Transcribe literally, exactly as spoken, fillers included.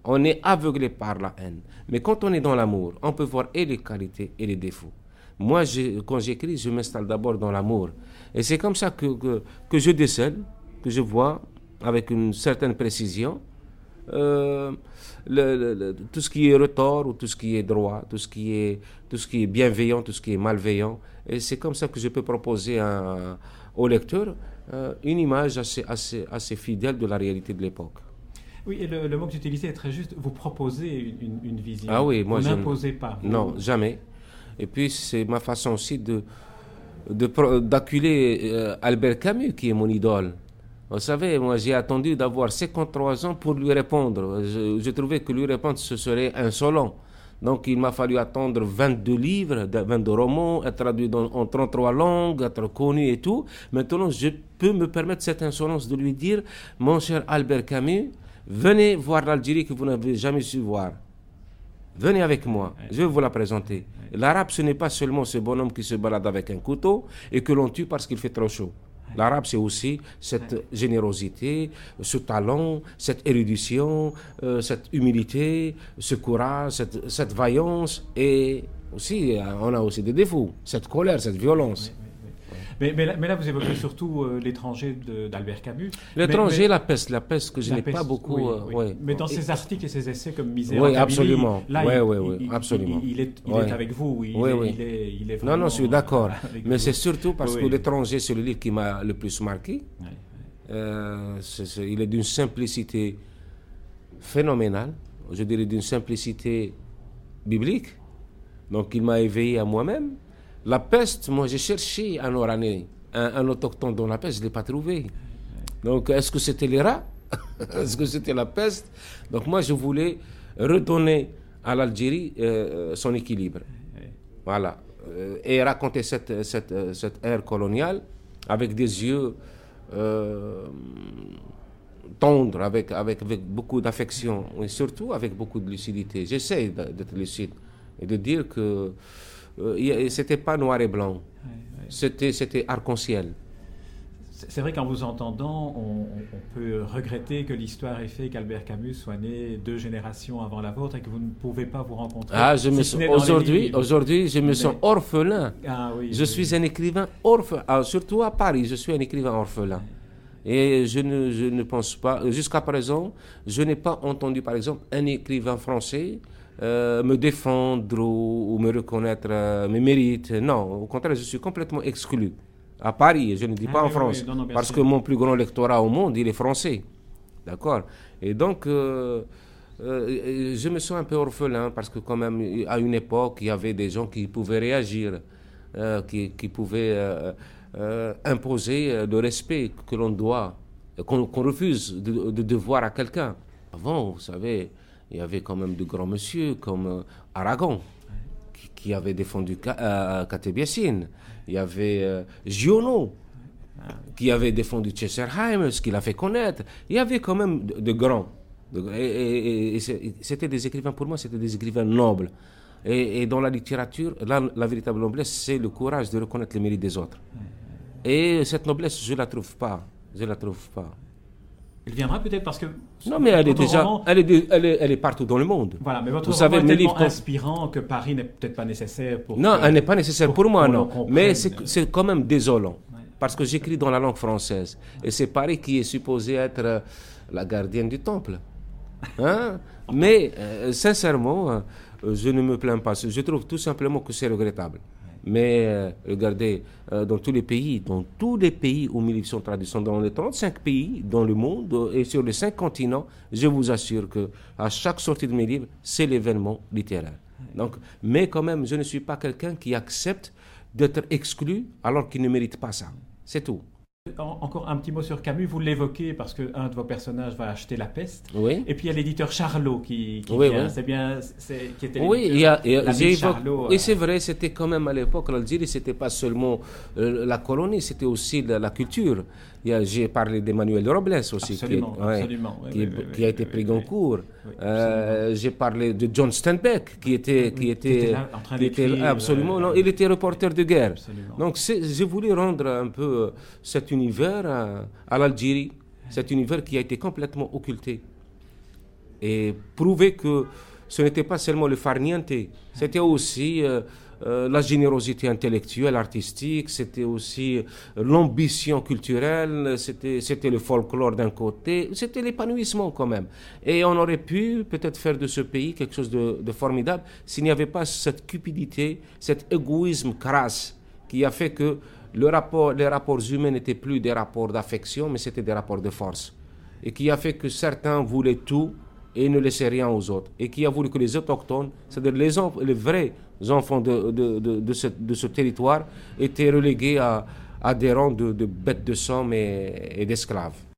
On est aveuglé par la haine. Mais quand on est dans l'amour, on peut voir et les qualités et les défauts. Moi, je, quand j'écris, je m'installe d'abord dans l'amour. Et c'est comme ça que, que, que je décèle, que je vois avec une certaine précision euh, le, le, le, tout ce qui est retort ou tout ce qui est droit, tout ce qui est, tout ce qui est bienveillant, tout ce qui est malveillant. Et c'est comme ça que je peux proposer à, au lecteur euh, une image assez, assez, assez fidèle de la réalité de l'époque. Oui, et le, le mot que j'utilisais est très juste. Vous proposez une, une, une vision. Ah oui, moi vous je n'imposez pas. Vous... Non, jamais. Et puis c'est ma façon aussi de, de d'acculer euh, Albert Camus, qui est mon idole. Vous savez, moi j'ai attendu d'avoir cinquante-trois ans pour lui répondre. Je, je trouvais que lui répondre, ce serait insolent. Donc il m'a fallu attendre vingt-deux livres, vingt-deux romans, être traduit dans, en trente-trois langues, être connu et tout. Maintenant, je peux me permettre cette insolence de lui dire, mon cher Albert Camus, venez voir l'Algérie que vous n'avez jamais su voir. Venez avec moi, je vais vous la présenter. L'arabe, ce n'est pas seulement ce bonhomme qui se balade avec un couteau et que l'on tue parce qu'il fait trop chaud. L'arabe, c'est aussi cette générosité, ce talent, cette érudition, euh, cette humilité, ce courage, cette, cette vaillance. Et aussi, on a aussi des défauts, cette colère, cette violence. Mais, mais, là, mais là, vous évoquez surtout euh, l'étranger d'Albert Camus. L'étranger, la peste, la peste que je la n'ai peste, pas beaucoup... Oui, euh, oui. Ouais. Mais dans ses articles et ses essais comme Misère oui, en Kabylie, absolument. là, oui, il, oui, oui, il, absolument. Il, il, est, il ouais. est avec vous, il, oui, est, oui. il, est, il est vraiment... Non, non, je suis d'accord. Mais c'est surtout parce oui. que l'étranger, c'est le livre qui m'a le plus marqué. Oui. Euh, c'est, c'est, il est d'une simplicité phénoménale, je dirais d'une simplicité biblique. Donc il m'a éveillé à moi-même. La peste, moi j'ai cherché un Oranais, un, un autochtone dans la peste, je ne l'ai pas trouvé. Donc est-ce que c'était les rats? Est-ce que c'était la peste? Donc moi je voulais redonner à l'Algérie euh, son équilibre. Voilà. Et raconter cette, cette, cette ère coloniale avec des yeux Euh, tendre, avec, avec, avec beaucoup d'affection et surtout avec beaucoup de lucidité. J'essaie d'être lucide et de dire que euh, c'était pas noir et blanc, ouais, ouais. C'était, c'était arc-en-ciel. C'est vrai qu'en vous entendant, on, on peut regretter que l'histoire ait fait qu'Albert Camus soit né deux générations avant la vôtre et que vous ne pouvez pas vous rencontrer. Ah, je me si sens, aujourd'hui, aujourd'hui, je me mais... sens orphelin. Ah, oui, je oui. suis un écrivain orphelin, ah, surtout à Paris, je suis un écrivain orphelin. Et je ne, je ne pense pas, jusqu'à présent, je n'ai pas entendu, par exemple, un écrivain français euh, me défendre ou, ou me reconnaître euh, mes mérites. Non, au contraire, je suis complètement exclu. À Paris, je ne dis ah, pas oui, en France, oui, non, non, parce sûr. que mon plus grand lectorat au monde, il est français. D'accord? Et donc, euh, euh, je me sens un peu orphelin, parce que quand même, à une époque, il y avait des gens qui pouvaient réagir, euh, qui, qui pouvaient euh, euh, imposer le respect que l'on doit, qu'on, qu'on refuse de, de devoir à quelqu'un. Avant, vous savez, il y avait quand même de grands messieurs, comme euh, Aragon, qui, qui avait défendu euh, Kateb Yassine. Il y avait euh, Giono, qui avait défendu Chesserheim, ce qu'il a fait connaître. Il y avait quand même de, de grands. De, et, et, et c'était des écrivains, pour moi, c'était des écrivains nobles. Et, et dans la littérature, là, la véritable noblesse, c'est le courage de reconnaître les mérites des autres. Et cette noblesse, je ne la trouve pas. Je ne la trouve pas. Il viendra peut-être parce que... Non, mais elle est déjà... Roman, elle, est, elle, est, elle est partout dans le monde. Voilà, mais votre Vous roman savez, est tellement livre... inspirant que Paris n'est peut-être pas nécessaire pour... Non, que, elle n'est pas nécessaire pour, pour moi, non. Mais c'est, euh... c'est quand même désolant. Ouais. Parce que j'écris dans la langue française. Et c'est Paris qui est supposé être euh, la gardienne du temple. Hein? Mais, euh, sincèrement, euh, je ne me plains pas. Je trouve tout simplement que c'est regrettable. Mais euh, regardez, euh, dans tous les pays, dans tous les pays où mes livres sont traduits, dans les trente-cinq pays dans le monde et sur les cinq continents, je vous assure que à chaque sortie de mes livres, c'est l'événement littéraire. Donc, mais quand même, je ne suis pas quelqu'un qui accepte d'être exclu alors qu'il ne mérite pas ça. C'est tout. Encore un petit mot sur Camus, vous l'évoquez parce qu'un de vos personnages va acheter La Peste. Oui. Et puis il y a l'éditeur Charlot qui, qui oui, vient. Oui. C'est bien, c'est, qui était oui, il y a, il y a, j'ai Charlot, et euh... c'est vrai, c'était quand même à l'époque, l'Algérie, c'était pas seulement euh, la colonie, c'était aussi la, la culture. Il y a, j'ai parlé d'Emmanuel Robles aussi, absolument, qui, est, ouais, absolument, oui, qui, oui, est, oui, qui a été oui, pris oui, Goncourt. Oui, euh, j'ai parlé de John Steinbeck, qui était, qui était, qui était là, en train qui était absolument, euh, non, il était reporter de guerre. Absolument. Donc, c'est, j'ai voulu rendre un peu cet univers à, à l'Algérie, cet univers qui a été complètement occulté. et prouver que ce n'était pas seulement le farniente, c'était aussi euh, euh, la générosité intellectuelle, artistique, c'était aussi euh, l'ambition culturelle, c'était, c'était le folklore d'un côté, c'était l'épanouissement quand même. Et on aurait pu peut-être faire de ce pays quelque chose de, de formidable s'il n'y avait pas cette cupidité, cet égoïsme crasse qui a fait que le rapport, les rapports humains n'étaient plus des rapports d'affection, mais c'était des rapports de force. Et qui a fait que certains voulaient tout et ne laissaient rien aux autres. Et qui a voulu que les autochtones, c'est-à-dire les, enf- les vrais enfants de, de, de, de, ce, de ce territoire, étaient relégués à, à des rangs de, de bêtes de somme et, et d'esclaves.